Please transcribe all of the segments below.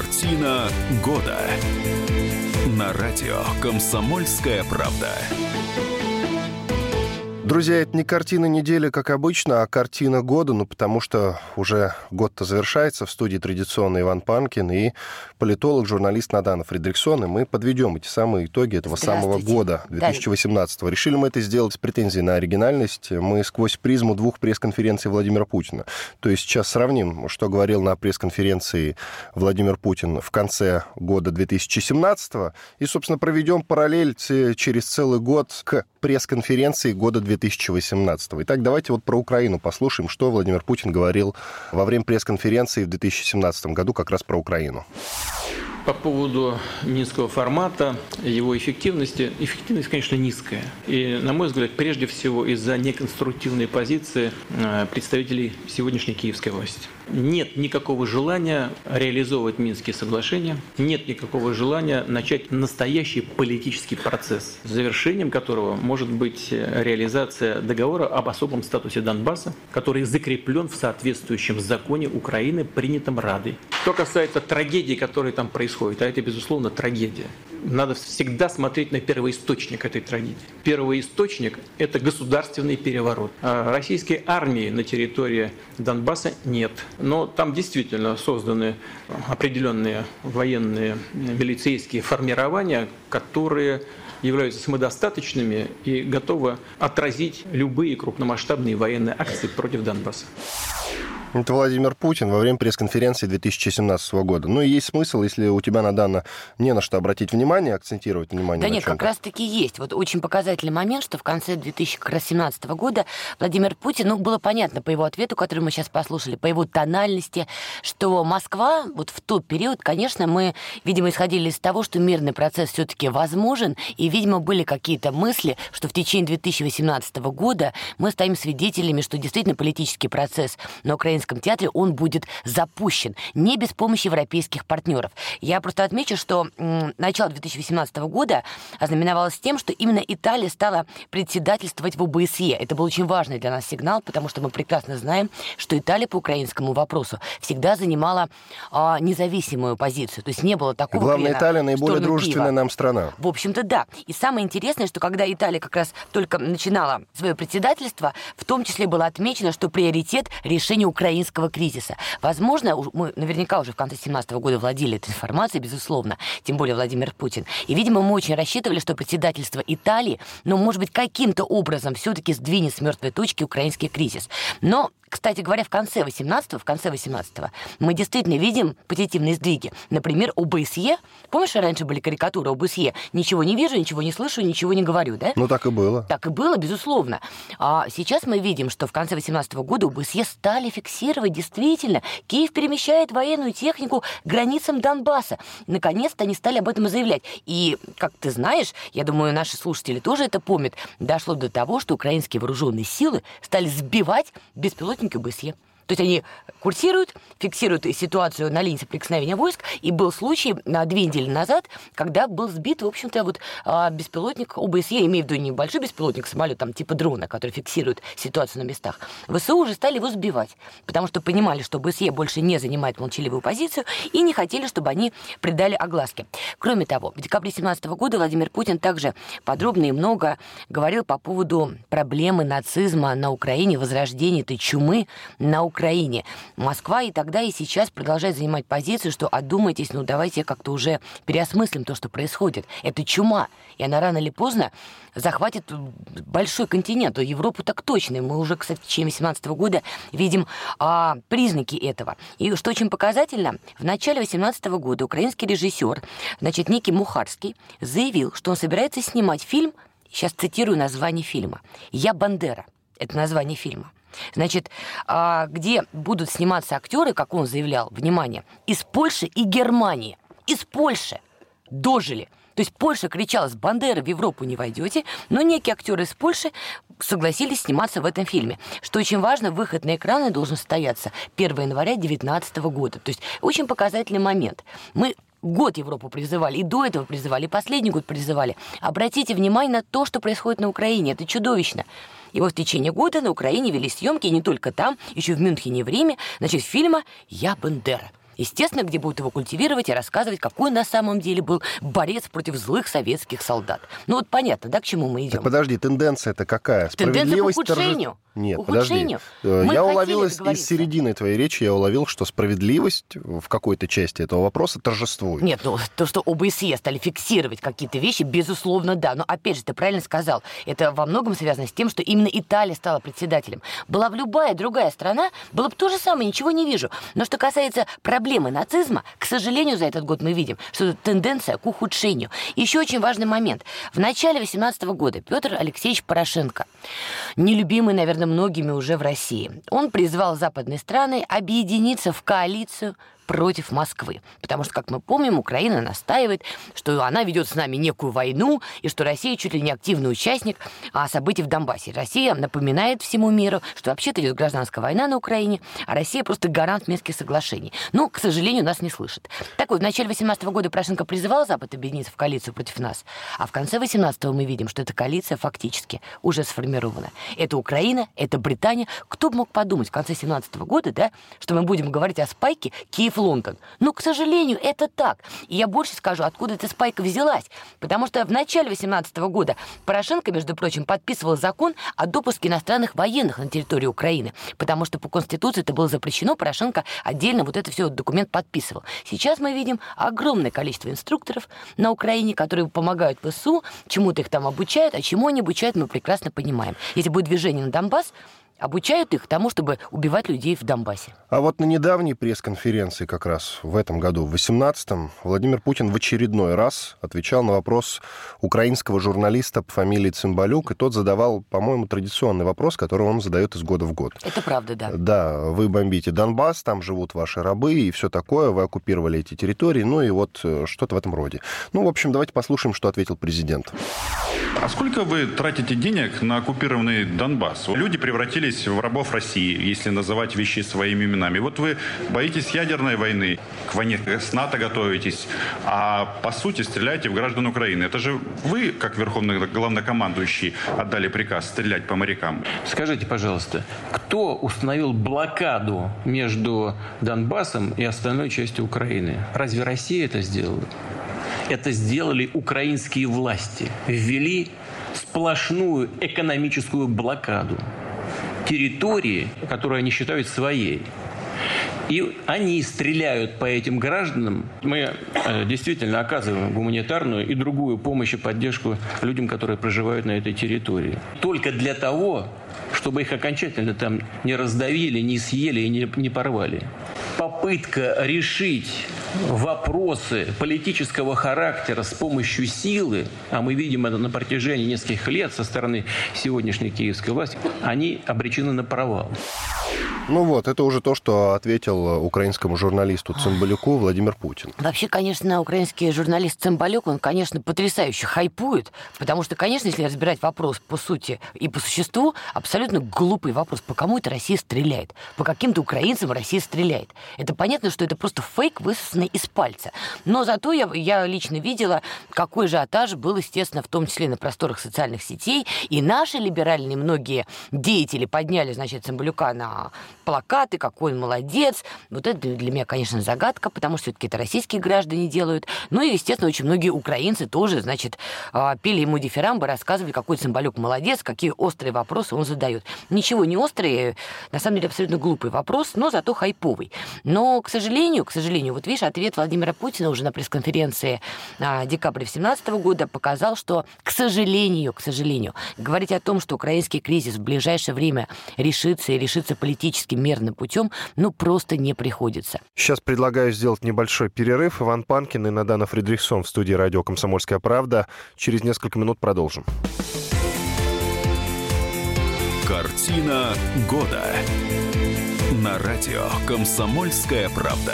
Картина года. На радио «Комсомольская правда». Друзья, это не картина недели, как обычно, а картина года, потому что уже год-то завершается. В студии традиционно Иван Панкин и политолог, журналист Надана Фридрихсон. И мы подведем эти самые итоги этого самого года, 2018-го. Решили мы это сделать с претензией на оригинальность. Мы сквозь призму двух пресс-конференций Владимира Путина. То есть сейчас сравним, что говорил на пресс-конференции Владимир Путин в конце года 2017-го. И, собственно, проведем параллель через целый год к пресс-конференции года 2018. Итак, давайте вот про Украину послушаем, что Владимир Путин говорил во время пресс-конференции в 2017 году как раз про Украину. По поводу минского формата, его эффективности. Эффективность, конечно, низкая. И, на мой взгляд, прежде всего из-за неконструктивной позиции представителей сегодняшней киевской власти. Нет никакого желания реализовывать Минские соглашения, нет никакого желания начать настоящий политический процесс, завершением которого может быть реализация договора об особом статусе Донбасса, который закреплен в соответствующем законе Украины, принятом Радой. Что касается трагедии, которая там происходит, а это, безусловно, трагедия. Надо всегда смотреть на первоисточник этой трагедии. Первоисточник – это государственный переворот. А российской армии на территории Донбасса нет. Но там действительно созданы определенные военные милицейские формирования, которые являются самодостаточными и готовы отразить любые крупномасштабные военные акции против Донбасса. Это Владимир Путин во время пресс-конференции 2017 года. Ну и есть смысл, если у тебя, Надана, не на что обратить внимание, акцентировать внимание. Да нет, как раз-таки есть. Вот очень показательный момент, что в конце 2017 года Владимир Путин, было понятно по его ответу, который мы сейчас послушали, по его тональности, что Москва, вот в тот период, конечно, мы, видимо, исходили из того, что мирный процесс все-таки возможен, и, видимо, были какие-то мысли, что в течение 2018 года мы стоим свидетелями, что действительно политический процесс на Украине театре, он будет запущен не без помощи европейских партнеров. Я просто отмечу, что начало 2018 года ознаменовалось тем, что именно Италия стала председательствовать в ОБСЕ. Это был очень важный для нас сигнал, потому что мы прекрасно знаем, что Италия по украинскому вопросу всегда занимала независимую позицию. То есть не было такого... Главное, Италия наиболее дружественная нам страна. В общем-то, да. И самое интересное, что когда Италия как раз только начинала свое председательство, в том числе было отмечено, что приоритет решения украинского кризиса. Возможно, мы наверняка уже в конце 2017 года владели этой информацией, безусловно, тем более Владимир Путин. И, видимо, мы очень рассчитывали, что председательство Италии, может быть, каким-то образом все-таки сдвинет с мертвой точки украинский кризис. Но, кстати говоря, в конце 18-го мы действительно видим позитивные сдвиги. Например, ОБСЕ. Помнишь, раньше были карикатуры ОБСЕ? Ничего не вижу, ничего не слышу, ничего не говорю, да? Так и было. Так и было, безусловно. А сейчас мы видим, что в конце 2018 года ОБСЕ стали фиксировать действительно. Киев перемещает военную технику к границам Донбасса. Наконец-то они стали об этом заявлять. И, как ты знаешь, я думаю, наши слушатели тоже это помнят, дошло до того, что украинские вооруженные силы стали сбивать беспилотники ОБСЕ. То есть они курсируют, фиксируют ситуацию на линии соприкосновения войск. И был случай 2 недели назад, когда был сбит, в общем-то, беспилотник ОБСЕ, имею в виду небольшой беспилотник, самолет там, типа дрона, который фиксирует ситуацию на местах. ВСУ уже стали его сбивать, потому что понимали, что ОБСЕ больше не занимает молчаливую позицию и не хотели, чтобы они придали огласке. Кроме того, в декабре 2017 года Владимир Путин также подробно и много говорил по поводу проблемы нацизма на Украине, возрождения этой чумы на Украине. Москва и тогда, и сейчас продолжает занимать позицию, что одумайтесь, давайте как-то уже переосмыслим то, что происходит. Это чума, и она рано или поздно захватит большой континент, Европу так точно. И мы уже, кстати, в течение 2018 года видим признаки этого. И что очень показательно, в начале 2018 года украинский режиссер, некий Мухарский, заявил, что он собирается снимать фильм, сейчас цитирую название фильма, «Я Бандера». Это название фильма. Где будут сниматься актеры, как он заявлял, внимание, из Польши и Германии. Из Польши дожили. То есть Польша кричала: с Бандеры в Европу не войдете, но некие актеры из Польши согласились сниматься в этом фильме. Что очень важно, выход на экраны должен состояться 1 января 2019 года. То есть очень показательный момент. Мы год Европу призывали, и до этого призывали, и последний год призывали. Обратите внимание на то, что происходит на Украине. Это чудовищно. И в течение года на Украине вели съемки, и не только там, еще в Мюнхене, в Риме, фильма «Я Бандера». Естественно, где будут его культивировать и рассказывать, какой на самом деле был борец против злых советских солдат. Ну вот понятно, да, к чему мы идем? Так подожди, тенденция-то какая? Тенденция к ухудшению. Нет, подожди. Я уловил из середины твоей речи, я уловил, что справедливость в какой-то части этого вопроса торжествует. Нет, ну то, что ОБСЕ стали фиксировать какие-то вещи, безусловно, да. Но опять же, ты правильно сказал, это во многом связано с тем, что именно Италия стала председателем. Была бы любая другая страна, было бы то же самое, ничего не вижу. Но что касается проблемы нацизма, к сожалению, за этот год мы видим, что это тенденция к ухудшению. Еще очень важный момент. В начале 2018 года Петр Алексеевич Порошенко, нелюбимый, наверное, многими уже в России, он призвал западные страны объединиться в коалицию против Москвы. Потому что, как мы помним, Украина настаивает, что она ведет с нами некую войну, и что Россия чуть ли не активный участник событий в Донбассе. Россия напоминает всему миру, что вообще-то идет гражданская война на Украине, а Россия просто гарант Минских соглашений. Но, к сожалению, нас не слышат. Так вот, в начале 2018 года Порошенко призывал Запад объединиться в коалицию против нас, а в конце 2018 мы видим, что эта коалиция фактически уже сформирована. Это Украина, это Британия. Кто бы мог подумать в конце 2017 года, да, что мы будем говорить о спайке Киев-Лондон. Но, к сожалению, это так. И я больше скажу, откуда эта спайка взялась. Потому что в начале 2018 года Порошенко, между прочим, подписывал закон о допуске иностранных военных на территорию Украины. Потому что по Конституции это было запрещено, Порошенко отдельно вот это все документ подписывал. Сейчас мы видим огромное количество инструкторов на Украине, которые помогают ВСУ, чему-то их там обучают, а чему они обучают, мы прекрасно понимаем. Если будет движение на Донбасс, обучают их тому, чтобы убивать людей в Донбассе. А вот на недавней пресс-конференции как раз в этом году, в 2018-м, Владимир Путин в очередной раз отвечал на вопрос украинского журналиста по фамилии Цымбалюк, и тот задавал, по-моему, традиционный вопрос, который он задает из года в год. Это правда, да. Да, вы бомбите Донбасс, там живут ваши рабы и все такое, вы оккупировали эти территории, ну и вот что-то в этом роде. Ну, в общем, давайте послушаем, что ответил президент. А сколько вы тратите денег на оккупированный Донбасс? Люди превратились в рабов России, если называть вещи своими именами. Вот вы боитесь ядерной войны, к войне с НАТО готовитесь, а по сути стреляете в граждан Украины. Это же вы, как верховный главнокомандующий, отдали приказ стрелять по морякам. Скажите, пожалуйста, кто установил блокаду между Донбассом и остальной частью Украины? Разве Россия это сделала? Это сделали украинские власти. Ввели сплошную экономическую блокаду территории, которую они считают своей. И они стреляют по этим гражданам. Мы действительно оказываем гуманитарную и другую помощь и поддержку людям, которые проживают на этой территории. Только для того, чтобы их окончательно там не раздавили, не съели и не порвали. Попытка решить вопросы политического характера с помощью силы, а мы видим это на протяжении нескольких лет со стороны сегодняшней киевской власти, они обречены на провал. Ну вот, это уже то, что ответил украинскому журналисту Цымбалюку Владимир Путин. Вообще, конечно, украинский журналист Цымбалюк, он, конечно, потрясающе хайпует, потому что, конечно, если разбирать вопрос по сути и по существу, абсолютно глупый вопрос, по кому это Россия стреляет, по каким-то украинцам Россия стреляет. Это понятно, что это просто фейк, высосанный из пальца. Но зато я лично видела, какой ажиотаж был, естественно, в том числе на просторах социальных сетей, и наши либеральные многие деятели подняли, значит, Цымбалюка на плакаты, какой он молодец. Вот это для меня, конечно, загадка, потому что все-таки это российские граждане делают. Ну и, естественно, очень многие украинцы тоже, значит, пели ему дифирамбы, рассказывали, какой Цымбалюк молодец, какие острые вопросы он задает. Ничего не острые, на самом деле абсолютно глупый вопрос, но зато хайповый. Но, к сожалению, вот видишь, ответ Владимира Путина уже на пресс-конференции декабря 2017 года показал, что, к сожалению, говорить о том, что украинский кризис в ближайшее время решится и решится политически мирным путем, ну, просто не приходится. Сейчас предлагаю сделать небольшой перерыв. Иван Панкин и Надана Фридрихсон в студии радио «Комсомольская правда». Через несколько минут продолжим. Картина года. На радио «Комсомольская правда».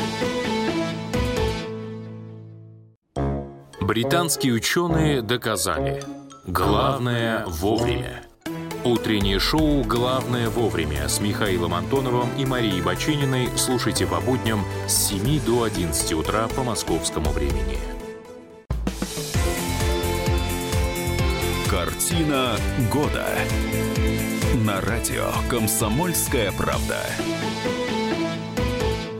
Британские ученые доказали: главное вовремя. Утреннее шоу «Главное вовремя» с Михаилом Антоновым и Марией Бачининой слушайте по будням с 7 до 11 утра по московскому времени. Картина года. На радио «Комсомольская правда».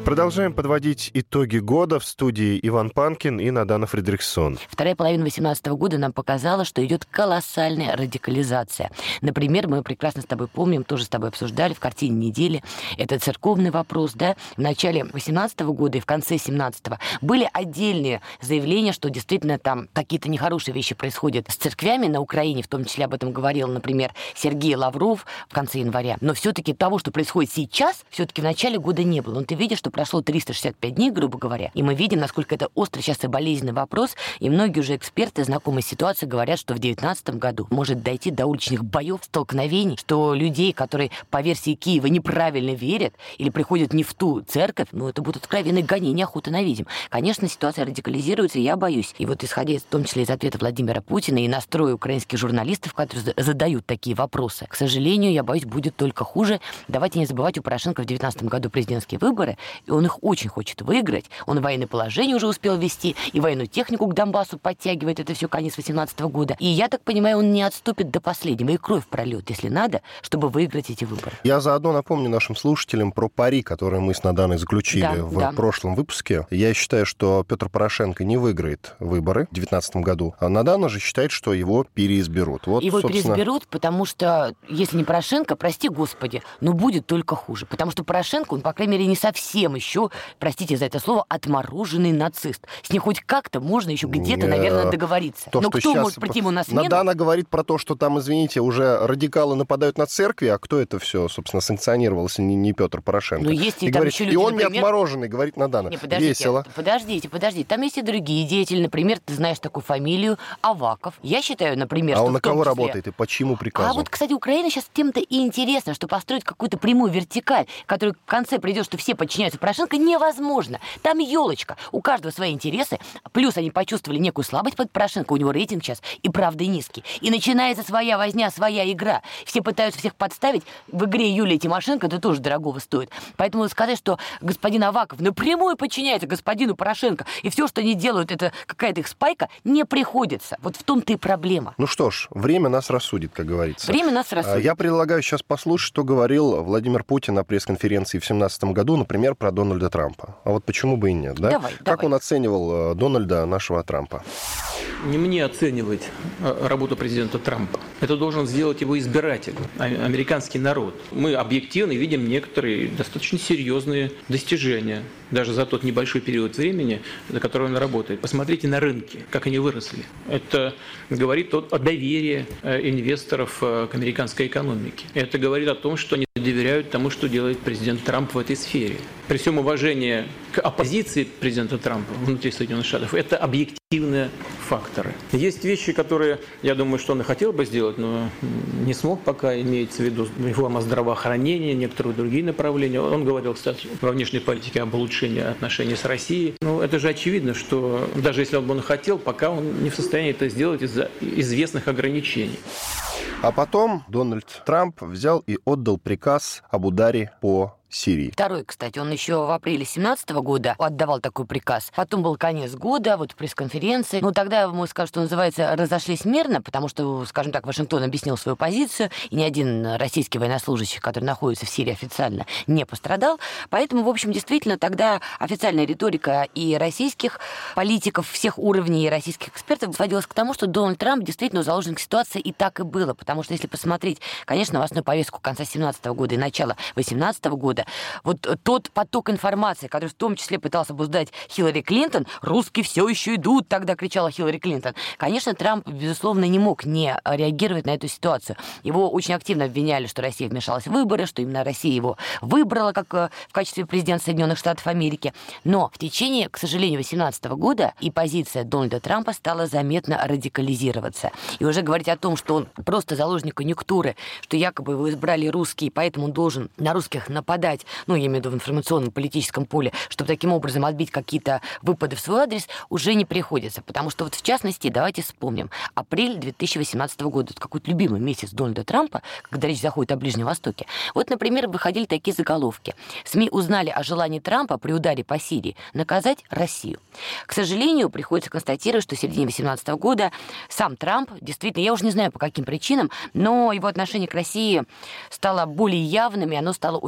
Продолжаем подводить итоги года. В студии Иван Панкин и Надана Фридрихсон. Вторая половина 2018 года нам показала, что идет колоссальная радикализация. Например, мы прекрасно с тобой помним, тоже с тобой обсуждали в картине недели, это церковный вопрос, да? В начале 2018 года и в конце 2017 были отдельные заявления, что действительно там какие-то нехорошие вещи происходят с церквями на Украине, в том числе об этом говорил, например, Сергей Лавров в конце января. Но все-таки того, что происходит сейчас, все-таки в начале года не было. Ты видишь, что прошло 365 дней, грубо говоря, и мы видим, насколько это острый сейчас и болезненный вопрос, и многие уже эксперты, знакомые с ситуацией, говорят, что в 2019 году может дойти до уличных боев, столкновений, что людей, которые по версии Киева неправильно верят или приходят не в ту церковь, это будут откровенные гонения, охота на ведьм. Конечно, ситуация радикализируется, и я боюсь. И вот исходя в том числе из ответа Владимира Путина и настроя украинских журналистов, которые задают такие вопросы, к сожалению, я боюсь, будет только хуже. Давайте не забывать, у Порошенко в 2019 году президентские выборы, и он их очень хочет выиграть. Он военное положение уже успел ввести, и военную технику к Донбассу подтягивает. Это все конец 2018 года. И я так понимаю, он не отступит до последнего, и кровь прольет, если надо, чтобы выиграть эти выборы. Я заодно напомню нашим слушателям про пари, которые мы с Наданой заключили в прошлом выпуске. Я считаю, что Петр Порошенко не выиграет выборы в 2019 году, а Надана же считает, что его переизберут. Его переизберут, потому что, если не Порошенко, прости господи, но будет только хуже. Потому что Порошенко, он, по крайней мере, не совсем еще, простите за это слово, отмороженный нацист. С ним хоть как-то можно еще где-то, наверное, договориться. Но кто может прийти ему на смену? Надана говорит про то, что там, извините, уже радикалы нападают на церкви, а кто это все, собственно, санкционировал, если не Петр Порошенко? Ну, есть и там говорит, еще люди, и он например... не отмороженный, говорит Надана. Весело. Подождите. Там есть и другие деятели. Например, ты знаешь такую фамилию Аваков. Я считаю, например, что он на кого работает и по чьему приказу? А вот, кстати, Украина сейчас тем-то и интересна, что построить какую-то прямую вертикаль, которая в конце придет, что все подчиняются Порошенко, невозможно. Там елочка. У каждого свои интересы. Плюс они почувствовали некую слабость под Порошенко. У него рейтинг сейчас и правда низкий. И начинается своя возня, своя игра. Все пытаются всех подставить. В игре Юлии Тимошенко это тоже дорогого стоит. Поэтому сказать, что господин Аваков напрямую подчиняется господину Порошенко, и все, что они делают, это какая-то их спайка, не приходится. Вот в том-то и проблема. Ну что ж, время нас рассудит, как говорится. Время нас рассудит. Я предлагаю сейчас послушать, что говорил Владимир Путин на пресс-конференции в 2017 году, например, про Дональда Трампа. А вот почему бы и нет, да? Давай. Как он оценивал Дональда, нашего Трампа? Не мне оценивать работу президента Трампа. Это должен сделать его избиратель, американский народ. Мы объективно видим некоторые достаточно серьезные достижения, даже за тот небольшой период времени, за который он работает. Посмотрите на рынки, как они выросли. Это говорит о доверии инвесторов к американской экономике. Это говорит о том, что они доверяют тому, что делает президент Трамп в этой сфере. При всем уважении к оппозиции президента Трампа внутри Соединенных Штатов, это объективные факторы. Есть вещи, которые, я думаю, что он и хотел бы сделать, но не смог пока, имеется в виду реформа здравоохранения, некоторые другие направления. Он говорил, кстати, во внешней политике об улучшении отношений с Россией. Ну, это же очевидно, что даже если он бы хотел, пока он не в состоянии это сделать из-за известных ограничений. А потом Дональд Трамп взял и отдал приказ об ударе по Сирии. Второй, кстати, он еще в апреле 2017 года отдавал такой приказ. Потом был конец года, вот пресс-конференции. Ну, тогда мы, скажем, что называется, разошлись мирно, потому что, скажем так, Вашингтон объяснил свою позицию, и ни один российский военнослужащий, который находится в Сирии официально, не пострадал. Поэтому, в общем, действительно, тогда официальная риторика и российских политиков всех уровней, и российских экспертов сводилась к тому, что Дональд Трамп действительно заложник ситуации, и так и было. Потому что, если посмотреть, конечно, новостную повестку конца 2017 года и начала 2018 года, вот тот поток информации, который в том числе пытался обуздать Хиллари Клинтон, русские все еще идут, тогда кричала Хиллари Клинтон. Конечно, Трамп, безусловно, не мог не реагировать на эту ситуацию. Его очень активно обвиняли, что Россия вмешалась в выборы, что именно Россия его выбрала как в качестве президента Соединенных Штатов Америки. Но в течение, к сожалению, 2018 года и позиция Дональда Трампа стала заметно радикализироваться. И уже говорить о том, что он просто заложник конъюнктуры, что якобы его избрали русские, поэтому он должен на русских нападать, ну, я имею в виду в информационном политическом поле, чтобы таким образом отбить какие-то выпады в свой адрес, уже не приходится. Потому что вот в частности, давайте вспомним, апрель 2018 года, это какой-то любимый месяц Дональда Трампа, когда речь заходит о Ближнем Востоке. Вот, например, выходили такие заголовки. СМИ узнали о желании Трампа при ударе по Сирии наказать Россию. К сожалению, приходится констатировать, что в середине 2018 года сам Трамп, действительно, я уже не знаю по каким причинам, но его отношение к России стало более явным, и оно стало очень негативным.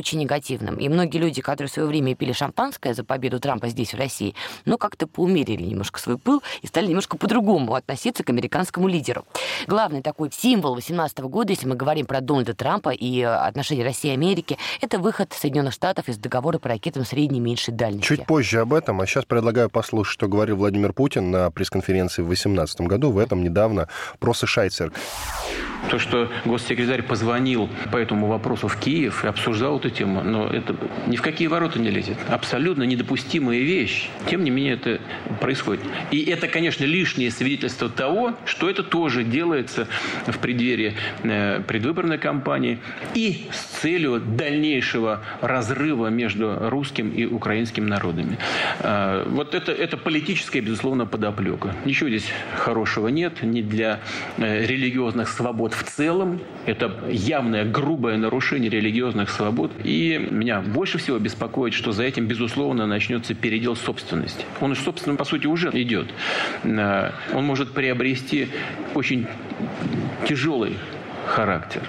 пассивным. И многие люди, которые в свое время пили шампанское за победу Трампа здесь, в России, как-то поумерили немножко свой пыл и стали немножко по-другому относиться к американскому лидеру. Главный такой символ 2018 года, если мы говорим про Дональда Трампа и отношения России и Америки, это выход Соединенных Штатов из договора по ракетам средней и меньшей дальности. Чуть позже об этом, а сейчас предлагаю послушать, что говорил Владимир Путин на пресс-конференции в 2018 году, в этом недавно про США и церковь. То, что госсекретарь позвонил по этому вопросу в Киев и обсуждал эту тему, но это ни в какие ворота не лезет. Абсолютно недопустимая вещь. Тем не менее, это происходит. И это, конечно, лишнее свидетельство того, что это тоже делается в преддверии предвыборной кампании и с целью дальнейшего разрыва между русским и украинским народами. Вот это политическая, безусловно, подоплека. Ничего здесь хорошего нет ни для религиозных свобод в целом. Это явное, грубое нарушение религиозных свобод. И меня больше всего беспокоит, что за этим, безусловно, начнется передел собственности. Он, собственно, по сути, уже идет. Он может приобрести очень тяжелый характер,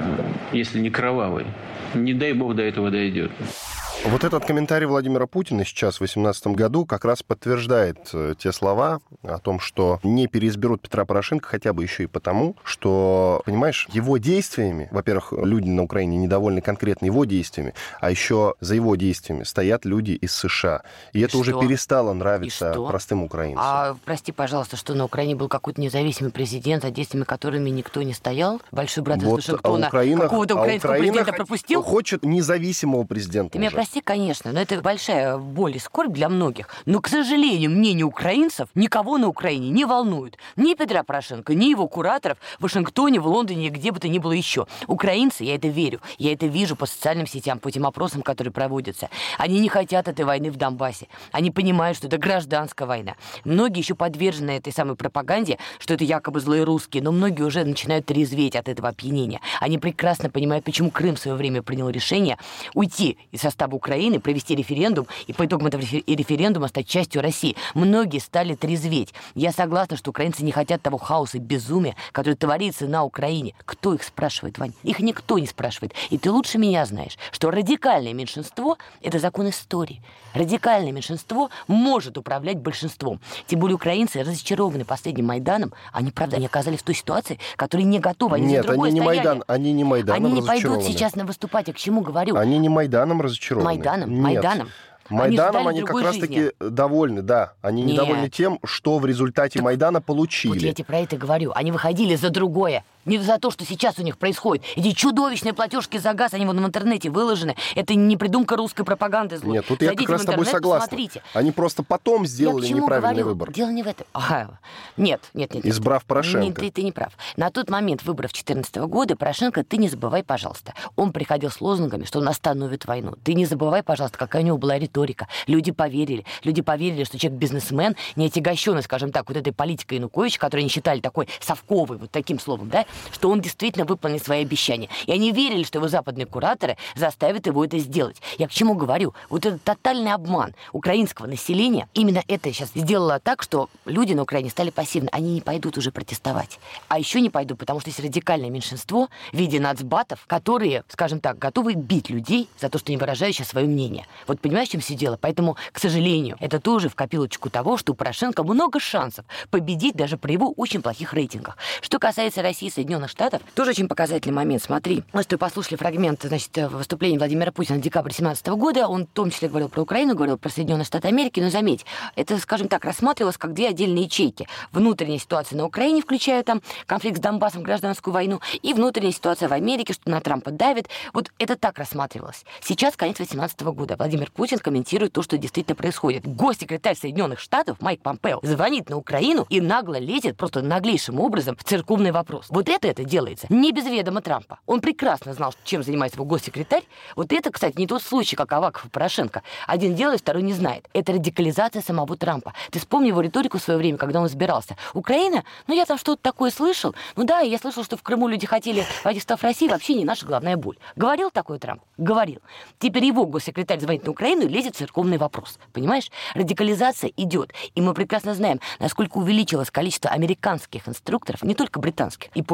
если не кровавый. Не дай бог до этого дойдет. Вот этот комментарий Владимира Путина сейчас, в 2018 году, как раз подтверждает те слова о том, что не переизберут Петра Порошенко, хотя бы еще и потому, что, понимаешь, его действиями, во-первых, люди на Украине недовольны конкретно его действиями, а еще за его действиями стоят люди из США. И это уже перестало нравиться простым украинцам. А, прости, пожалуйста, что на Украине был какой-то независимый президент, за действиями которыми никто не стоял? Большой брат из Вашингтона какого-то украинского президента пропустил? Хочет независимого президента. Ты меня прости, конечно, но это большая боль и скорбь для многих. Но, к сожалению, мнение украинцев никого на Украине не волнует. Ни Петра Порошенко, ни его кураторов в Вашингтоне, в Лондоне, где бы то ни было еще. Украинцы, я это верю, я это вижу по социальным сетям, по тем опросам, которые проводятся. Они не хотят этой войны в Донбассе. Они понимают, что это гражданская война. Многие еще подвержены этой самой пропаганде, что это якобы злые русские, но многие уже начинают трезветь от этого опьянения. Они прекрасно понимают, почему Крым в свое время принял решение уйти из состава Украины, провести референдум и по итогам этого референдума стать частью России. Многие стали трезветь. Я согласна, что украинцы не хотят того хаоса и безумия, который творится на Украине. Кто их спрашивает, Вань? Их никто не спрашивает. И ты лучше меня знаешь, что радикальное меньшинство – это закон истории. Радикальное меньшинство может управлять большинством. Тем более украинцы разочарованы последним Майданом. Они, правда, они оказались в той ситуации, которые не готовы. Они Нет, они не Майданом Они не разочарованы. пойдут сейчас на выступать. Я к чему говорю? Они не Майданом разочарованы. Майданом. Майданом они как раз-таки довольны, да. Они недовольны тем, что в результате Майдана получили. Вот я тебе про это говорю. Они выходили за другое. Не за то, что сейчас у них происходит. Эти чудовищные платежки за газ, они в интернете выложены. Это не придумка русской пропаганды злой. Нет, тут я как раз с тобой согласен. Посмотрите. Они просто потом сделали неправильный выбор. Дело не в этом. Нет. Избрав Порошенко. Ты не прав. На тот момент выборов 2014 года Порошенко, ты не забывай, пожалуйста, он приходил с лозунгами, что он остановит войну. Ты не забывай, пожалуйста, какая у него была риторика. Люди поверили, что человек-бизнесмен, не отягощенный, скажем так, вот этой политикой Януковича, которую они считали такой совковой, вот таким словом, да, что он действительно выполнит свои обещания. И они верили, что его западные кураторы заставят его это сделать. Я к чему говорю? Вот этот тотальный обман украинского населения, именно это сейчас сделало так, что люди на Украине стали пассивны. Они не пойдут уже протестовать. А еще не пойдут, потому что есть радикальное меньшинство в виде нацбатов, которые, скажем так, готовы бить людей за то, что не выражают сейчас свое мнение. Вот понимаешь, в чем все дело? Поэтому, к сожалению, это тоже в копилочку того, что у Порошенко много шансов победить даже при его очень плохих рейтингах. Что касается России и Соединенных Штатов, тоже очень показательный момент. Смотри, мы что послушали фрагмент, выступления Владимира Путина в декабре 2017 года. Он в том числе говорил про Украину, говорил про Соединенные Штаты Америки. Но заметь, это, скажем так, рассматривалось как две отдельные ячейки. Внутренняя ситуация на Украине, включая там конфликт с Донбассом, гражданскую войну, и внутренняя ситуация в Америке, что на Трампа давит. Вот это так рассматривалось. Сейчас, конец 2018 года, Владимир Путин комментирует то, что действительно происходит. Госсекретарь Соединенных Штатов Майк Помпео звонит на Украину и нагло лезет просто наглейшим образом в церковный вопрос. Вот это делается не без ведома Трампа. Он прекрасно знал, чем занимается его госсекретарь. Вот это, кстати, не тот случай, как Аваков и Порошенко. Один делает, второй не знает. Это радикализация самого Трампа. Ты вспомни его риторику в свое время, когда он избирался. Украина? Я там что-то такое слышал. Да, я слышал, что в Крыму люди хотели войти в состав России. Вообще не наша главная боль. Говорил такой Трамп? Говорил. Теперь его госсекретарь звонит на Украину и лезет в церковный вопрос. Понимаешь? Радикализация идет. И мы прекрасно знаем, насколько увеличилось количество американских инструкторов, не только британских, и польских,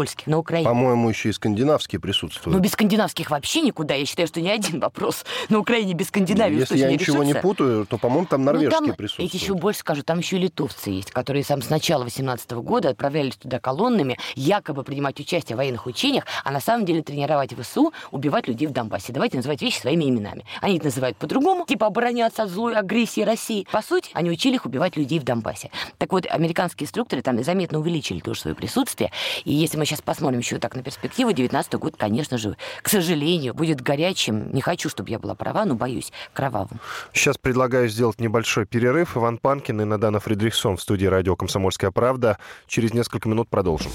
польских на Украине. По-моему, еще и скандинавские присутствуют. Ну, без скандинавских вообще никуда. Я считаю, что ни один вопрос на Украине без Скандинавии Если я ничего не путаю, то, по-моему, там норвежские присутствуют. Я тебе еще больше скажу, там еще и литовцы есть, которые с начала 18 года отправлялись туда колоннами, якобы принимать участие в военных учениях, а на самом деле тренировать ВСУ, убивать людей в Донбассе. Давайте называть вещи своими именами. Они это называют по-другому, типа обороняться от злой агрессии России. По сути, они учили их убивать людей в Донбассе. Так вот, американские инструкторы там заметно увеличили тоже свое присутствие. И если мы сейчас посмотрим еще так на перспективу, 19 год, конечно же, к сожалению, будет горячим. Не хочу, чтобы я была права, но боюсь, кровавым. Сейчас предлагаю сделать небольшой перерыв. Иван Панкин и Надана Фридрихсон в студии радио «Комсомольская правда». Через несколько минут продолжим.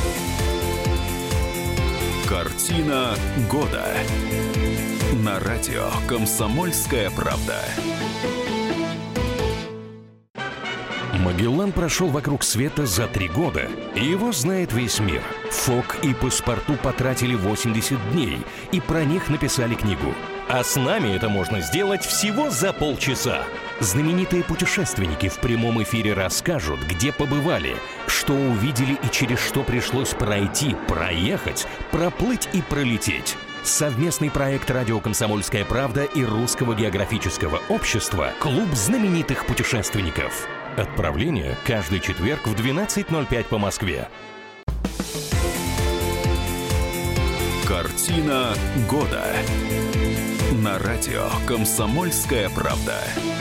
Картина года. На радио «Комсомольская правда». Магеллан прошел вокруг света за 3 года, и его знает весь мир. Фок и Паспарту потратили 80 дней, и про них написали книгу. А с нами это можно сделать всего за полчаса. Знаменитые путешественники в прямом эфире расскажут, где побывали, что увидели и через что пришлось пройти, проехать, проплыть и пролететь. Совместный проект «Радио Комсомольская правда» и Русского географического общества «Клуб знаменитых путешественников». Отправление каждый четверг в 12:05 по Москве. Картина года. На радио «Комсомольская правда».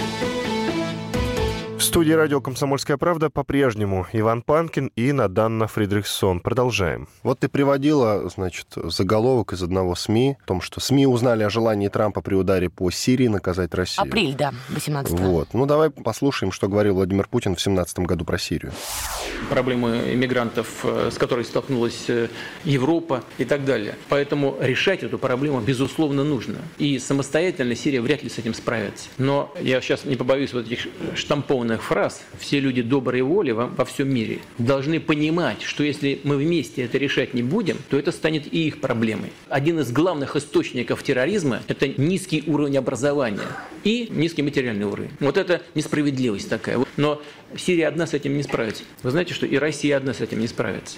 В студии радио «Комсомольская правда» по-прежнему Иван Панкин и Надана Фридрихсон. Продолжаем. Вот ты приводила, значит, заголовок из одного СМИ о том, что СМИ узнали о желании Трампа при ударе по Сирии наказать Россию. Апрель, да, 18-го. Вот. Ну, давай послушаем, что говорил Владимир Путин в 2017 году про Сирию. Проблемы иммигрантов, с которой столкнулась Европа и так далее. Поэтому решать эту проблему, безусловно, нужно. И самостоятельно Сирия вряд ли с этим справится. Но я сейчас не побоюсь вот этих штампованных фраз. Все люди доброй воли во всем мире должны понимать, что если мы вместе это решать не будем, то это станет и их проблемой. Один из главных источников терроризма – это низкий уровень образования и низкий материальный уровень. Вот это несправедливость такая. Но Сирия одна с этим не справится. Вы знаете, что и Россия одна с этим не справится.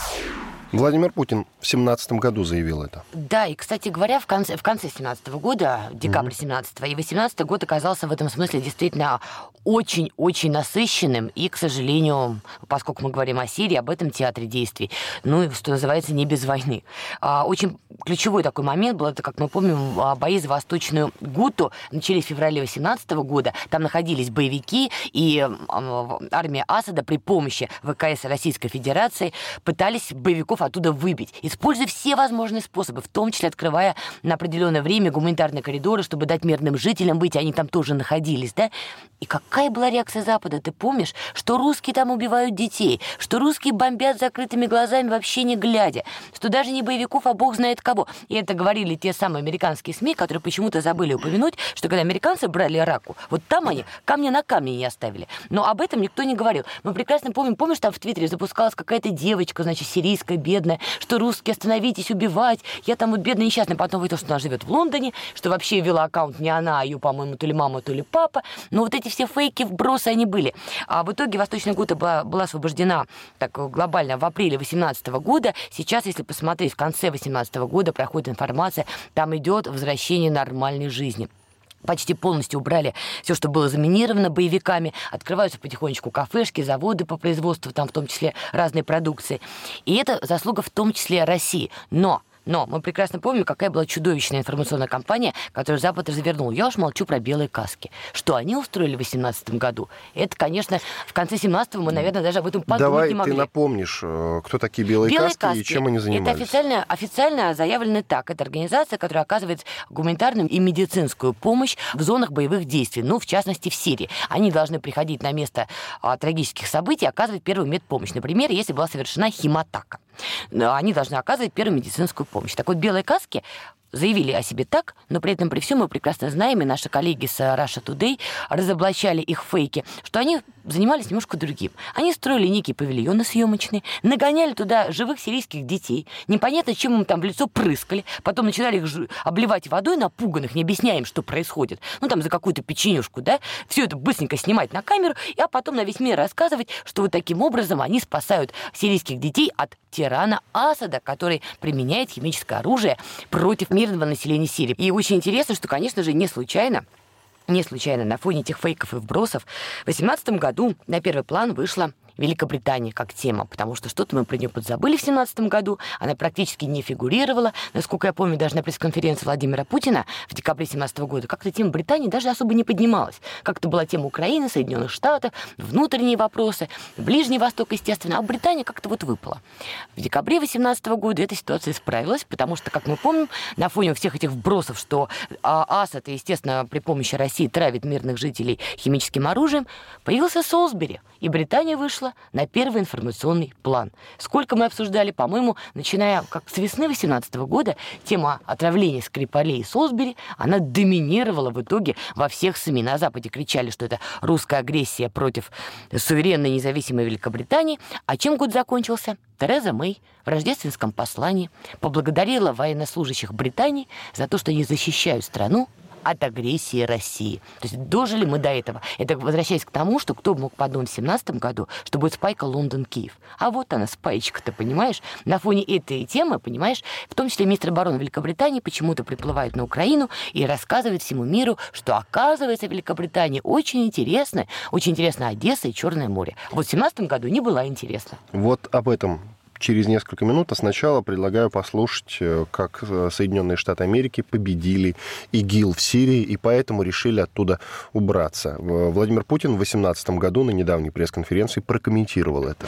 Владимир Путин в 2017 году заявил это. Да, и, кстати говоря, в конце 2017 года, декабрь 2017, и 2018 год оказался в этом смысле действительно очень-очень насыщенным, и, к сожалению, поскольку мы говорим о Сирии, об этом театре действий, ну, что называется, не без войны. Очень ключевой такой момент был, это, как мы помним, бои за Восточную Гуту начались в феврале 2018 года, там находились боевики, и армия Асада при помощи ВКС Российской Федерации пытались боевиков оттуда выбить, используя все возможные способы, в том числе открывая на определенное время гуманитарные коридоры, чтобы дать мирным жителям выйти, они там тоже находились, да? И какая была реакция Запада, ты помнишь? Что русские там убивают детей, что русские бомбят закрытыми глазами, вообще не глядя, что даже не боевиков, а бог знает кого. И это говорили те самые американские СМИ, которые почему-то забыли упомянуть, что когда американцы брали Раку, вот там они камня на камне не оставили. Но об этом никто не говорил. Мы прекрасно помнишь, там в Твиттере запускалась какая-то девочка, значит, сирийская, бедная, что русские, остановитесь, убивать. Я там вот бедная, несчастная. Потом выяснилось, что она живет в Лондоне, что вообще вела аккаунт не она, а ее, по-моему, то ли мама, то ли папа. Но вот эти все фейки, вбросы, они были. А в итоге Восточная Гута была освобождена так глобально в апреле 2018 года. Сейчас, если посмотреть, в конце 2018 года проходит информация, там идет возвращение нормальной жизни. Почти полностью убрали все, что было заминировано боевиками. Открываются потихонечку кафешки, заводы по производству, там в том числе разной продукции. И это заслуга в том числе России. Но мы прекрасно помним, какая была чудовищная информационная кампания, которую Запад развернул. Я уж молчу про белые каски. Что они устроили в 2018 году? Это, конечно, в конце 2017-го мы, наверное, даже об этом подумать не могли. Давай ты напомнишь, кто такие белые каски и чем они занимались. Это официально заявлено так. Это организация, которая оказывает гуманитарную и медицинскую помощь в зонах боевых действий, в частности, в Сирии. Они должны приходить на место трагических событий и оказывать первую медпомощь. Например, если была совершена химатака. Они должны оказывать первую медицинскую помощь. Так вот, белые каски заявили о себе так, но при этом при всем мы прекрасно знаем, и наши коллеги с Russia Today разоблачали их фейки, что они занимались немножко другим. Они строили некие павильоны съемочные, нагоняли туда живых сирийских детей, непонятно, чем им там в лицо прыскали, потом начинали их обливать водой напуганных, не объясняя им, что происходит. Ну, там за какую-то печенюшку, да, все это быстренько снимать на камеру, а потом на весь мир рассказывать, что вот таким образом они спасают сирийских детей от тирана Асада, который применяет химическое оружие против мирного населения Сирии. И очень интересно, что, конечно же, не случайно на фоне этих фейков и вбросов в 2018 году на первый план вышла Великобритания как тема, потому что что-то мы про нее подзабыли в 2017 году, она практически не фигурировала. Насколько я помню, даже на пресс-конференции Владимира Путина в декабре 2017 года как-то тема Британии даже особо не поднималась. Как-то была тема Украины, Соединенных Штатов, внутренние вопросы, Ближний Восток, естественно, а Британия как-то вот выпала. В декабре 2018 года эта ситуация исправилась, потому что, как мы помним, на фоне всех этих вбросов, что Асад, естественно, при помощи России травит мирных жителей химическим оружием, появился Солсбери, и Британия вышла на первый информационный план. Сколько мы обсуждали, по-моему, начиная как с весны 2018 года, тема отравления Скрипалей и Солсбери, она доминировала в итоге во всех СМИ. На Западе кричали, что это русская агрессия против суверенной независимой Великобритании. А чем год закончился? Тереза Мэй в рождественском послании поблагодарила военнослужащих Британии за то, что они защищают страну от агрессии России. То есть дожили мы до этого. Это возвращаясь к тому, что кто мог подумать в 2017 году, что будет спайка Лондон-Киев. А вот она, спаечка-то, понимаешь? На фоне этой темы, понимаешь, в том числе министр обороны Великобритании почему-то приплывает на Украину и рассказывает всему миру, что, оказывается, Великобритания очень интересна Одесса и Черное море. Вот в 2017 году не была интересна. Вот об этом через несколько минут, а сначала предлагаю послушать, как Соединенные Штаты Америки победили ИГИЛ в Сирии и поэтому решили оттуда убраться. Владимир Путин в 2018 году на недавней пресс-конференции прокомментировал это.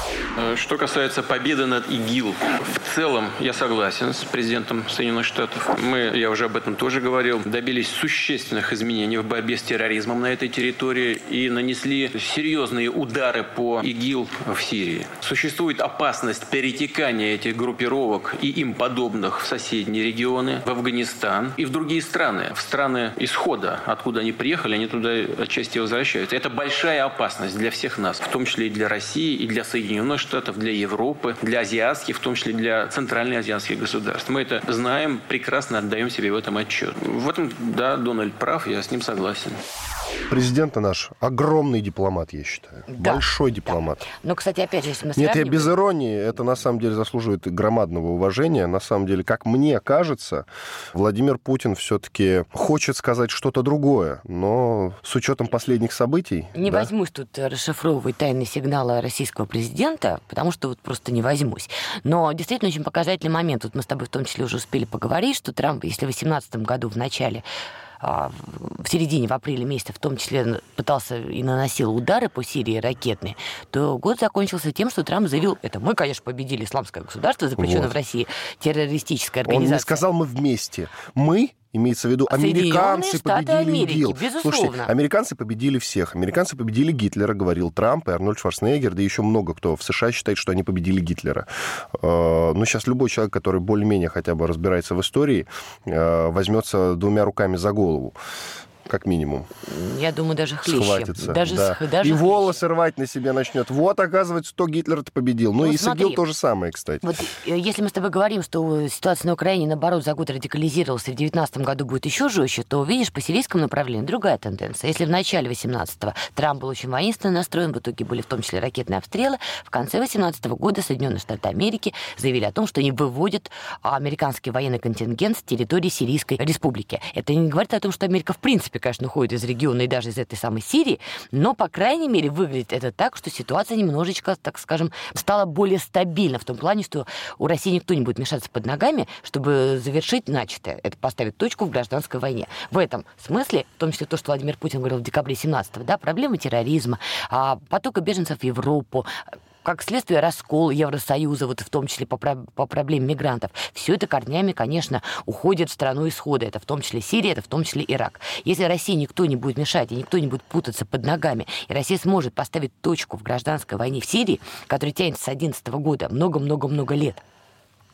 Что касается победы над ИГИЛ, в целом я согласен с президентом Соединенных Штатов. Я уже об этом тоже говорил, добились существенных изменений в борьбе с терроризмом на этой территории и нанесли серьезные удары по ИГИЛ в Сирии. Существует опасность перетекания этих группировок и им подобных в соседние регионы, в Афганистан и в другие страны. В страны исхода, откуда они приехали, они туда отчасти возвращаются. Это большая опасность для всех нас, в том числе и для России, и для Соединенных Штатов, для Европы, для азиатских, в том числе для центральноазиатских государств. Мы это знаем, прекрасно отдаем себе в этом отчет. В этом, да, Дональд прав, я с ним согласен. Президент наш огромный дипломат, я считаю. Да, большой дипломат. Да. Но, кстати, опять же, если мы сравниваем... Нет, я без иронии. Это, на самом деле, заслуживает громадного уважения. На самом деле, как мне кажется, Владимир Путин все-таки хочет сказать что-то другое. Но с учетом последних событий... Не возьмусь тут расшифровывать тайные сигналы российского президента, потому что вот просто не возьмусь. Но действительно очень показательный момент. Вот мы с тобой в том числе уже успели поговорить, что Трамп, если в 2018 году в начале, в середине, в апреле месяце, в том числе пытался и наносил удары по Сирии ракетные, то год закончился тем, что Трамп заявил, это мы, конечно, победили исламское государство, запрещенное в России террористическая организация. Он не сказал «мы вместе». Мы, имеется в виду, американцы победили ИГИЛ. Слушайте, американцы победили всех. Американцы победили Гитлера, говорил Трамп, и Арнольд Шварценеггер, да еще много кто в США считает, что они победили Гитлера. Но сейчас любой человек, который более-менее хотя бы разбирается в истории, возьмется двумя руками за голову. Как минимум. Я думаю, даже хлеще. Схватится. Даже и волосы рвать на себя начнет. Вот, оказывается, кто Гитлер-то победил. Ну и смотри, с ИГИЛ то же самое, кстати. Вот, если мы с тобой говорим, что ситуация на Украине, наоборот, за год радикализировалась, и в 2019 году будет еще жестче, то, видишь, по сирийскому направлению другая тенденция. Если в начале 18-го Трамп был очень воинственно настроен, в итоге были в том числе ракетные обстрелы, в конце 18 года Соединенные Штаты Америки заявили о том, что они выводят американский военный контингент с территории Сирийской республики. Это не говорит о том, что Америка в принципе, конечно, уходит из региона и даже из этой самой Сирии, но, по крайней мере, выглядит это так, что ситуация немножечко, так скажем, стала более стабильна в том плане, что у России никто не будет мешаться под ногами, чтобы завершить начатое. Это поставить точку в гражданской войне. В этом смысле, в том числе то, что Владимир Путин говорил в декабре 17-го, да, проблемы терроризма, потока беженцев в Европу, как следствие раскол Евросоюза, вот в том числе по проблеме мигрантов. Все это корнями, конечно, уходит в страну исхода. Это в том числе Сирия, это в том числе Ирак. Если России никто не будет мешать, и никто не будет путаться под ногами, и Россия сможет поставить точку в гражданской войне в Сирии, которая тянется с 2011 года много-много-много лет,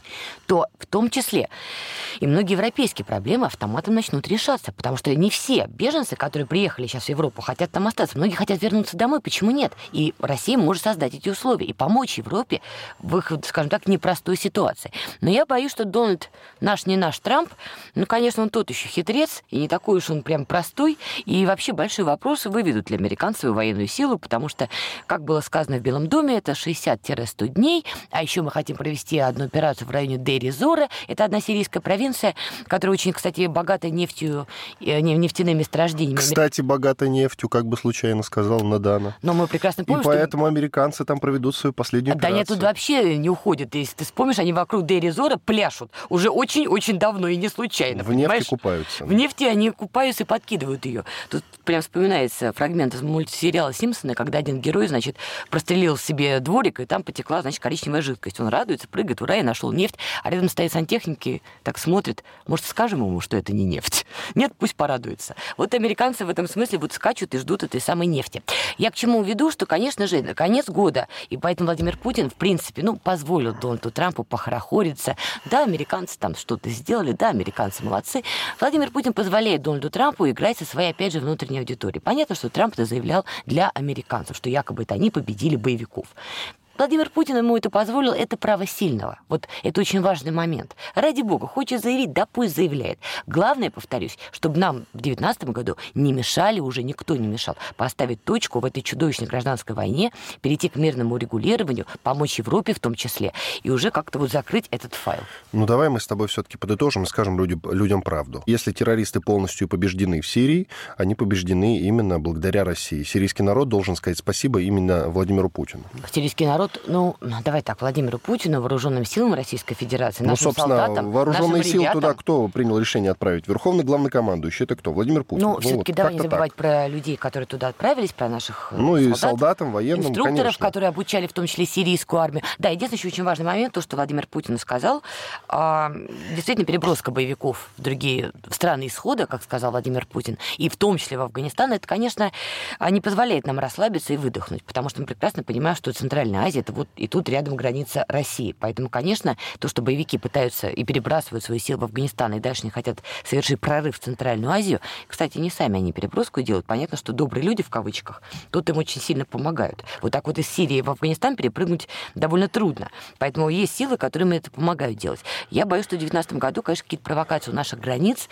то в том числе и многие европейские проблемы автоматом начнут решаться, потому что не все беженцы, которые приехали сейчас в Европу, хотят там остаться. Многие хотят вернуться домой, почему нет? И Россия может создать эти условия и помочь Европе в их, скажем так, непростой ситуации. Но я боюсь, что Дональд наш не наш Трамп, ну, конечно, он тот еще хитрец, и не такой уж он прям простой, и вообще большие вопросы выведут для американцев свою военную силу, потому что, как было сказано в Белом доме, это 60-100 дней, а еще мы хотим провести одну операцию в районе Дейр-эз-Зора, это одна сирийская провинция, которая очень, кстати, богата нефтью, нефтяными месторождениями. Кстати, богата нефтью, как бы случайно сказал Надана. Но мы прекрасно помним, и поэтому американцы там проведут свою последнюю операцию. Да нет, тут вообще не уходят. Если ты вспомнишь, они вокруг Дейр-эз-Зора пляшут уже очень-очень давно и не случайно. В нефти купаются. В нефти они купаются и подкидывают ее. Тут прям вспоминается фрагмент из мультсериала «Симпсоны», когда один герой, значит, прострелил себе дворик, и там потекла, значит, коричневая жидкость. Он радуется, прыгает, ура, я нашел нефть. А рядом стоит сантехники, так смотрит. Может, скажем ему, что это не нефть? Нет, пусть порадуется. Вот американцы в этом смысле вот скачут и ждут этой самой нефти. Я к чему веду, что, конечно же, конец года, и поэтому Владимир Путин, в принципе, позволил Дональду Трампу похорохориться. Да, американцы там что-то сделали, да, американцы молодцы. Владимир Путин позволяет Дональду Трампу играть со своей, опять же, внутренней аудиторией. Понятно, что Трамп это заявлял для американцев, что якобы это они победили боевиков. Владимир Путин ему это позволил, это право сильного. Вот это очень важный момент. Ради бога, хочет заявить, да пусть заявляет. Главное, повторюсь, чтобы нам в 2019 году не мешали, уже никто не мешал, поставить точку в этой чудовищной гражданской войне, перейти к мирному регулированию, помочь Европе в том числе, и уже как-то вот закрыть этот файл. Ну давай мы с тобой все-таки подытожим и скажем людям правду. Если террористы полностью побеждены в Сирии, они побеждены именно благодаря России. Сирийский народ должен сказать спасибо именно Владимиру Путину. Сирийский народ, давай так, Владимиру Путину, вооруженным силам Российской Федерации, нашим солдатам, вооруженные нашим силы ребятам. Туда кто принял решение отправить? Верховный главнокомандующий, это кто? Владимир Путин. Все-таки давай не забывать про людей, которые туда отправились, про наших солдат, и солдатам, военным, инструкторов, конечно. которые обучали в том числе сирийскую армию. Да, единственный еще очень важный момент, то, что Владимир Путин сказал, действительно переброска боевиков в другие страны исхода, как сказал Владимир Путин, и в том числе в Афганистан, это, конечно, не позволяет нам расслабиться и выдохнуть, потому что мы прекрасно понимаем, что Центральная Азия, это вот и тут рядом граница России. Поэтому, конечно, то, что боевики пытаются и перебрасывают свои силы в Афганистан и дальше не хотят совершить прорыв в Центральную Азию, кстати, не сами они переброску делают. Понятно, что добрые люди, в кавычках, тут им очень сильно помогают. Вот так вот из Сирии в Афганистан перепрыгнуть довольно трудно. Поэтому есть силы, которым это помогают делать. Я боюсь, что в 2019 году, конечно, какие-то провокации у наших границ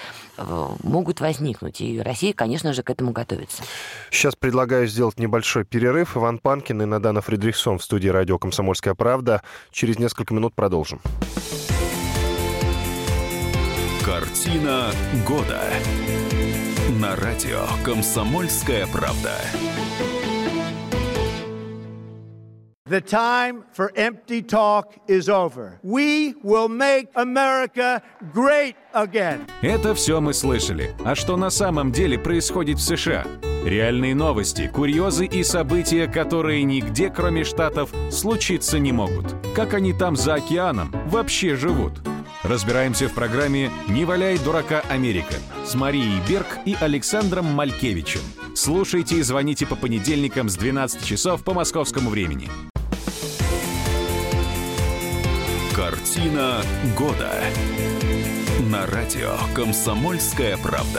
могут возникнуть. И Россия, конечно же, к этому готовится. Сейчас предлагаю сделать небольшой перерыв. Иван Панкин и Надана Фридрихсон в студии радио «Комсомольская правда». Через несколько минут продолжим. Картина года. На радио «Комсомольская правда». The time for empty talk is over. We will make America great again. Это все мы слышали. А что на самом деле происходит в США? Реальные новости, курьезы и события, которые нигде, кроме Штатов, случиться не могут. Как они там за океаном вообще живут? Разбираемся в программе «Не валяй дурака, Америка» с Марией Берг и Александром Малькевичем. Слушайте и звоните по понедельникам с 12 часов по московскому времени. Картина года. На радио «Комсомольская правда».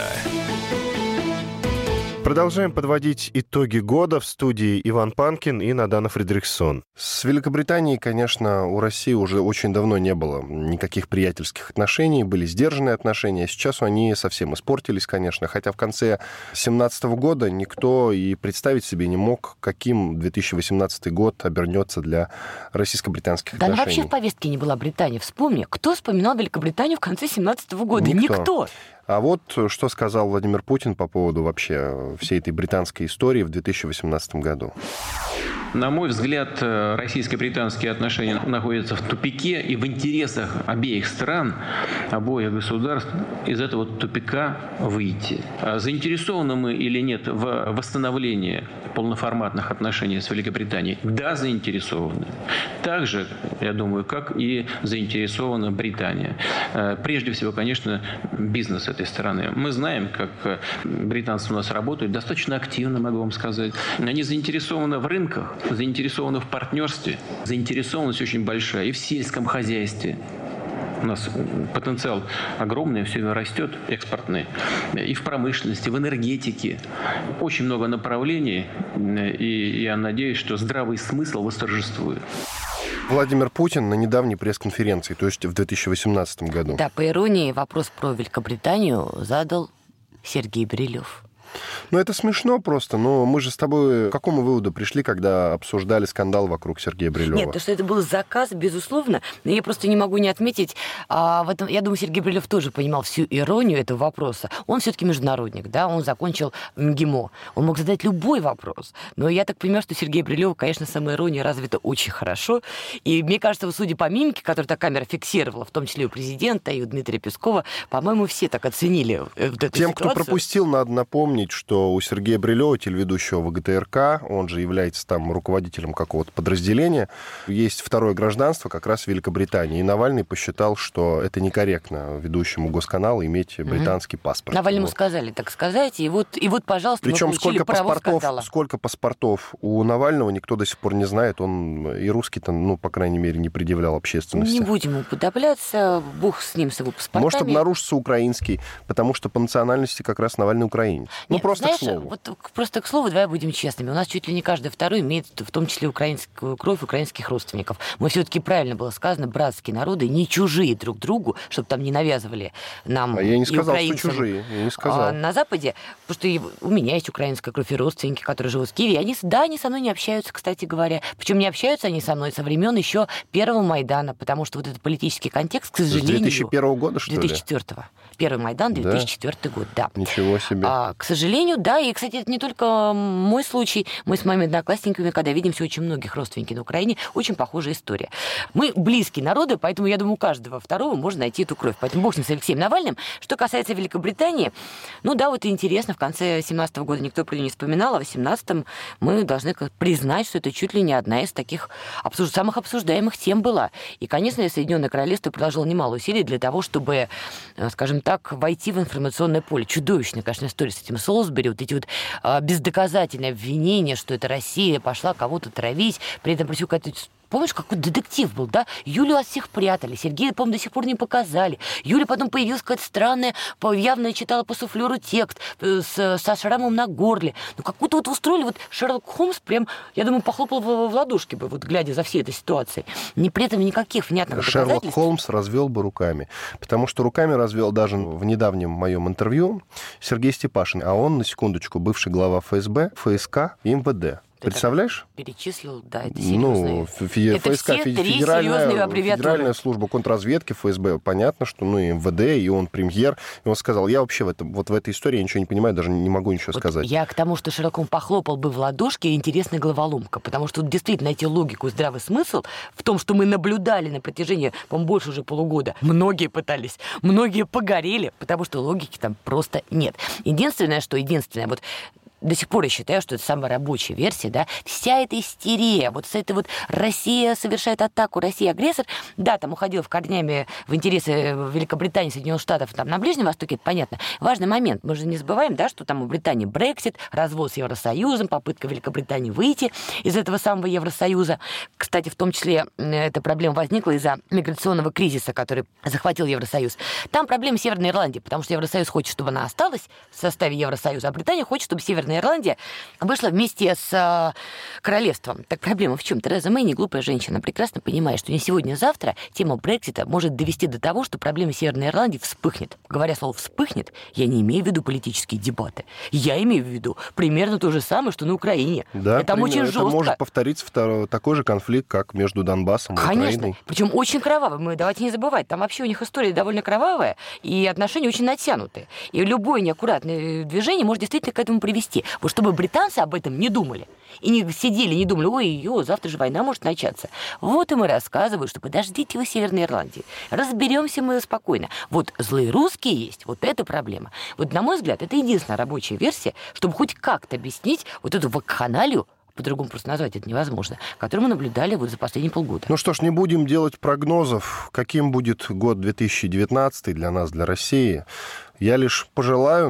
Продолжаем подводить итоги года. В студии Иван Панкин и Надана Фридрихсон. С Великобританией, конечно, у России уже очень давно не было никаких приятельских отношений, были сдержанные отношения. Сейчас они совсем испортились, конечно, хотя в конце 2017 года никто и представить себе не мог, каким 2018 год обернется для российско-британских отношений. Да, вообще в повестке не была Британия. Вспомни, кто вспоминал Великобританию в конце 2017 года? Никто. А вот что сказал Владимир Путин по поводу вообще всей этой британской истории в 2018 году. На мой взгляд, российско-британские отношения находятся в тупике, и в интересах обеих стран, обоих государств из этого тупика выйти. Заинтересованы мы или нет в восстановлении полноформатных отношений с Великобританией? Да, заинтересованы. Так же, я думаю, как и заинтересована Британия. Прежде всего, конечно, бизнес этой страны. Мы знаем, как британцы у нас работают достаточно активно, могу вам сказать. Они заинтересованы в рынках, заинтересованы в партнерстве. Заинтересованность очень большая и в сельском хозяйстве. У нас потенциал огромный, все время растет, экспортный. И в промышленности, в энергетике. Очень много направлений. И я надеюсь, что здравый смысл восторжествует. Владимир Путин на недавней пресс-конференции, то есть в 2018 году. Да, по иронии, вопрос про Великобританию задал Сергей Брилев. Ну, это смешно просто, но мы же с тобой к какому выводу пришли, когда обсуждали скандал вокруг Сергея Брилева? Нет, то, что это был заказ, безусловно, но я просто не могу не отметить, в этом, я думаю, Сергей Брилев тоже понимал всю иронию этого вопроса. Он все-таки международник, да, он закончил МГИМО, он мог задать любой вопрос, но я так понимаю, что Сергей Брилев, конечно, самоирония развита очень хорошо, и мне кажется, судя по мимике, которую та камера фиксировала, в том числе и у президента, и у Дмитрия Пескова, по-моему, все так оценили вот эту Тем, ситуацию. кто пропустил, надо напомнить, что у Сергея Брилева, телеведущего ВГТРК, он же является там руководителем какого-то подразделения, есть второе гражданство как раз в Великобритании. И Навальный посчитал, что это некорректно ведущему госканала иметь британский паспорт. Навальному сказали, так сказать, и вот, пожалуйста, причем мы получили право скандала. Сколько паспортов у Навального, никто до сих пор не знает. Он и русский-то, ну, по крайней мере, не предъявлял общественности. Не будем уподобляться, бог с ним, с его паспортами. Может обнаружиться украинский, потому что по национальности как раз Навальный украинец. Нет, просто знаешь, к слову. Вот просто к слову, давай будем честными. У нас чуть ли не каждый второй имеет в том числе украинскую кровь, украинских родственников. Мы все-таки, правильно было сказано, братские народы, не чужие друг другу, чтобы там не навязывали нам. А я не сказал, украинцам, что чужие. Я не сказал. На Западе, потому что у меня есть украинская кровь и родственники, которые живут в Киеве, они со мной не общаются, кстати говоря. Причем не общаются они со мной со времен еще первого Майдана, потому что вот этот политический контекст, к сожалению... С 2001 года, что ли? 2004-го. Первый Майдан, 2004 год, да. Ничего себе. К сожалению, да, и, кстати, это не только мой случай. Мы с моими одноклассниками, когда видимся, очень многих родственники на Украине, очень похожая история. Мы близкие народы, поэтому, я думаю, у каждого второго можно найти эту кровь. Поэтому бог с ним, с Алексеем Навальным. Что касается Великобритании, ну да, вот интересно, в конце 2017 года никто про нее не вспоминал, а в 2018 мы должны признать, что это чуть ли не одна из таких самых обсуждаемых тем была. И, конечно, Соединенное Королевство приложило немало усилий для того, чтобы, скажем так, войти в информационное поле. Чудовищная, конечно, история с этим Солсбери, вот эти вот бездоказательные обвинения, что это Россия пошла кого-то травить, при этом просил какая-то... Помнишь, какой детектив был, да? Юлю от всех прятали, Сергея, по-моему, до сих пор не показали. Юля потом появилась какая-то странная, явно читала по суфлеру текст со шрамом на горле. Ну, какую-то вот устроили, вот Шерлок Холмс прям, я думаю, похлопал в ладошки бы, вот глядя за всей этой ситуацией. При этом никаких внятных доказательств. Шерлок Холмс развел бы руками. Потому что руками развел даже в недавнем моем интервью Сергей Степашин. А он, на секундочку, бывший глава ФСБ, ФСК и МВД. Представляешь? Перечислил, да, это серьезные. ФСК, Федеральная служба контрразведки, ФСБ, понятно, что, и МВД, и он премьер. И он сказал, я вообще в этой истории ничего не понимаю, даже не могу ничего сказать. Я к тому, что Шерлок похлопал бы в ладошки, интересная головоломка, потому что действительно найти логику и здравый смысл в том, что мы наблюдали на протяжении, по-моему, больше уже полугода. Многие пытались, многие погорели, потому что логики там просто нет. Единственное, вот до сих пор я считаю, что это самая рабочая версия, да, вся эта истерия, вот с этой вот Россия совершает атаку, Россия агрессор, да, там уходила в корнями в интересы Великобритании, Соединенных Штатов, там на Ближнем Востоке, это понятно. Важный момент, мы же не забываем, да, что там у Британии Брексит, развод с Евросоюзом, попытка Великобритании выйти из этого самого Евросоюза. Кстати, в том числе эта проблема возникла из-за миграционного кризиса, который захватил Евросоюз. Там проблема Северной Ирландии, потому что Евросоюз хочет, чтобы она осталась в составе Евросоюза, а Британия хочет, чтобы Северная Ирландия вышла вместе с королевством. Так проблема в чем? Тереза Мэй, не глупая женщина, прекрасно понимает, что не сегодня, а завтра тема Брексита может довести до того, что проблема Северной Ирландии вспыхнет. Говоря слово «вспыхнет», я не имею в виду политические дебаты. Я имею в виду примерно то же самое, что на Украине. Да, это очень жестко. Это может повториться такой же конфликт, как между Донбассом и Украиной. Конечно. Причем очень кровавый. Давайте не забывать. Там вообще у них история довольно кровавая, и отношения очень натянутые. И любое неаккуратное движение может действительно к этому привести. Вот чтобы британцы об этом не думали. И не сидели, не думали, завтра же война может начаться. Вот им и рассказывают, что подождите вы Северной Ирландии. Разберемся мы спокойно. Вот злые русские есть, вот это проблема. Вот, на мой взгляд, это единственная рабочая версия, чтобы хоть как-то объяснить вот эту вакханалию, по-другому просто назвать это невозможно, которую мы наблюдали вот за последние полгода. Ну что ж, не будем делать прогнозов, каким будет год 2019 для нас, для России. Я лишь пожелаю нам,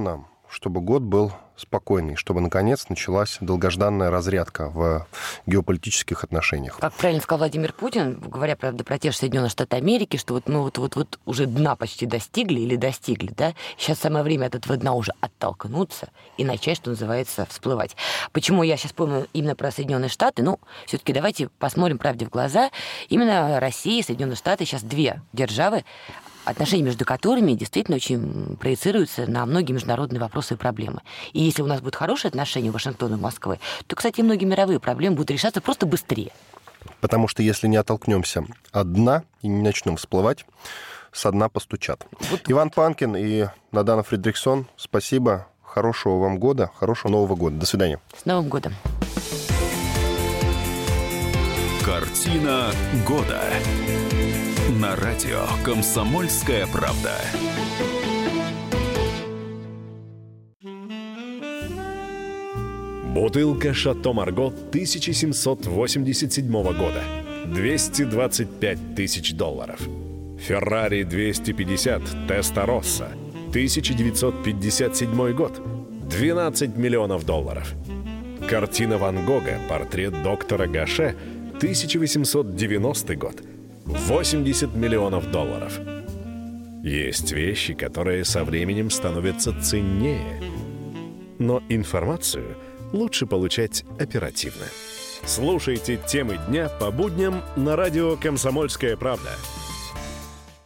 чтобы год был спокойный, чтобы, наконец, началась долгожданная разрядка в геополитических отношениях. Как правильно сказал Владимир Путин, говоря, правда, про те же Соединенные Штаты Америки, что вот мы вот уже дна почти достигли, да? Сейчас самое время от этого дна уже оттолкнуться и начать, что называется, всплывать. Почему я сейчас помню именно про Соединенные Штаты? Ну, все-таки давайте посмотрим правде в глаза. Именно Россия и Соединенные Штаты сейчас две державы, отношения между которыми действительно очень проецируются на многие международные вопросы и проблемы. И если у нас будут хорошие отношения Вашингтона и Москвы, то, кстати, многие мировые проблемы будут решаться просто быстрее. Потому что если не оттолкнемся от дна и не начнем всплывать, со дна постучат. Иван Панкин и Надана Фридрихсон, спасибо. Хорошего вам года, хорошего Нового года. До свидания. С Новым годом. Картина года. На радио «Комсомольская правда». Бутылка «Шато Марго» 1787 года. $225 тысяч. Феррари 250 Теста-Росса. 1957 год. $12 миллионов. Картина Ван Гога «Портрет доктора Гаше». 1890 год. $80 миллионов. Есть вещи, которые со временем становятся ценнее. Но информацию лучше получать оперативно. Слушайте темы дня по будням на радио «Комсомольская правда».